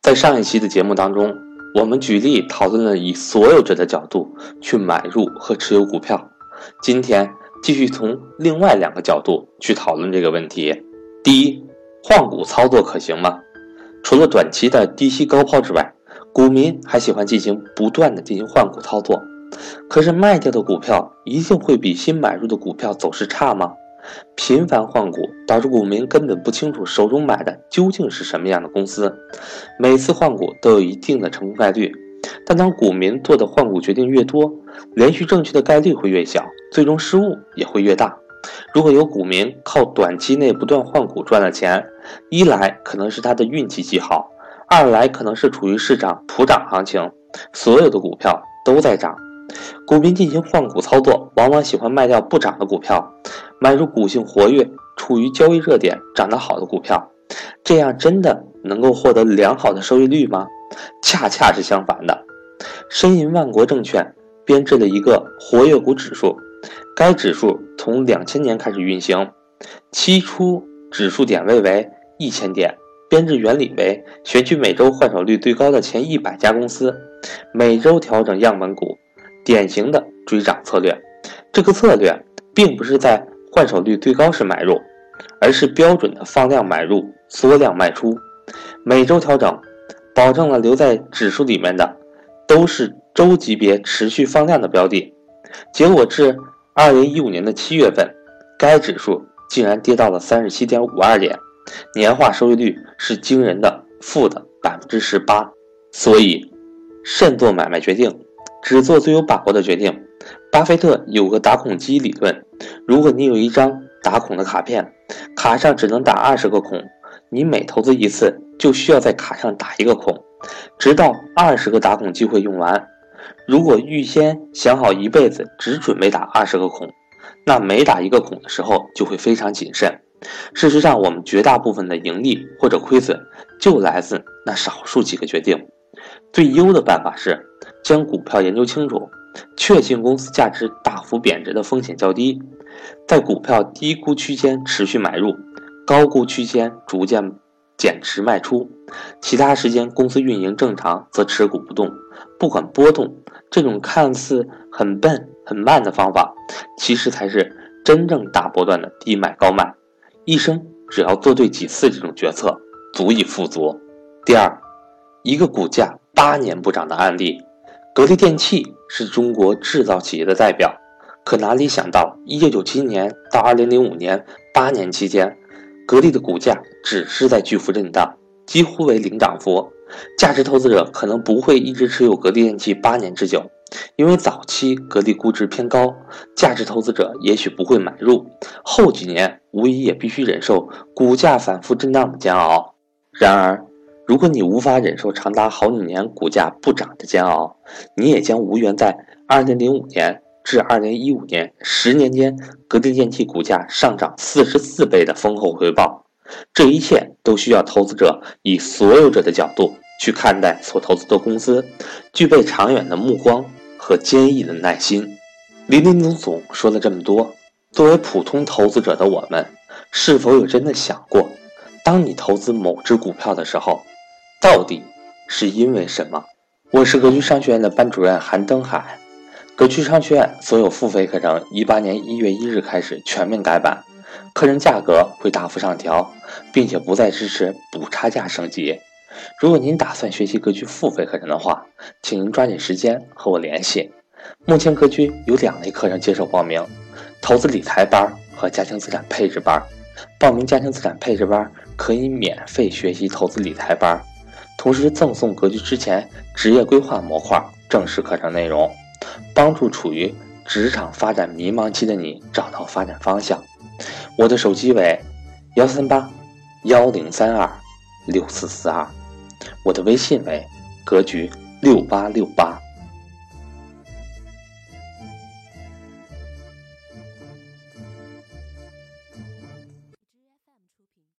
在上一期的节目当中，我们举例讨论了以所有者的角度去买入和持有股票。今天继续从另外两个角度去讨论这个问题。第一，换股操作可行吗？除了短期的低吸高抛之外，股民还喜欢不断的进行换股操作。可是卖掉的股票一定会比新买入的股票走势差吗？频繁换股导致股民根本不清楚手中买的究竟是什么样的公司，每次换股都有一定的成功概率，但当股民做的换股决定越多，连续正确的概率会越小，最终失误也会越大。如果有股民靠短期内不断换股赚了钱，一来可能是他的运气极好，二来可能是处于市场普涨行情，所有的股票都在涨。股民进行换股操作，往往喜欢卖掉不涨的股票，买入股性活跃、处于交易热点、涨得好的股票，这样真的能够获得良好的收益率吗？恰恰是相反的。申银万国证券编制了一个活跃股指数，该指数从2000年开始运行，期初指数点位为1000点，编制原理为选取每周换手率最高的前100家公司，每周调整样本股，典型的追涨策略。这个策略并不是在换手率最高时买入，而是标准的放量买入，缩量卖出，每周调整，保证了留在指数里面的都是周级别持续放量的标的。结果至2015年的7月份，该指数竟然跌到了 37.52 点，年化收益率是惊人的负的 18%。 所以慎做买卖决定，只做最有把握的决定。巴菲特有个打孔机理论，如果你有一张打孔的卡片，卡上只能打20个孔，你每投资一次就需要在卡上打1个孔，直到20个打孔机会用完。如果预先想好一辈子只准备打20个孔，那每打1个孔的时候就会非常谨慎。事实上，我们绝大部分的盈利或者亏损就来自那少数几个决定。最优的办法是将股票研究清楚，确信公司价值大幅贬值的风险较低，在股票低估区间持续买入，高估区间逐渐减持卖出，其他时间公司运营正常则持股不动，不管波动。这种看似很笨很慢的方法，其实才是真正大波段的低买高卖。一生只要做对几次这种决策，足以富足。第二，一个股价8年不涨的案例。格力电器是中国制造企业的代表，可哪里想到1997年到2005年8年期间，格力的股价只是在巨幅震荡，几乎为零涨幅。价值投资者可能不会一直持有格力电器8年之久，因为早期格力估值偏高，价值投资者也许不会买入，后几年无疑也必须忍受股价反复震荡的煎熬。然而如果你无法忍受长达好几年股价不涨的煎熬，你也将无缘在2005年至2015年10年间格力电器股价上涨44倍的丰厚回报。这一切都需要投资者以所有者的角度去看待所投资的公司，具备长远的目光和坚毅的耐心。林林总总说了这么多，作为普通投资者的我们，是否有真的想过，当你投资某只股票的时候，到底是因为什么？我是格局商学院的班主任韩登海。格局商学院所有付费课程18年1月1日开始全面改版，课程价格会大幅上调，并且不再支持补差价升级。如果您打算学习格局付费课程的话，请您抓紧时间和我联系。目前格局有2类课程接受报名，投资理财班和家庭资产配置班。报名家庭资产配置班可以免费学习投资理财班，同时赠送格局之前职业规划模块正式课程内容，帮助处于职场发展迷茫期的你找到发展方向。我的手机为13810326442，我的微信为格局6868。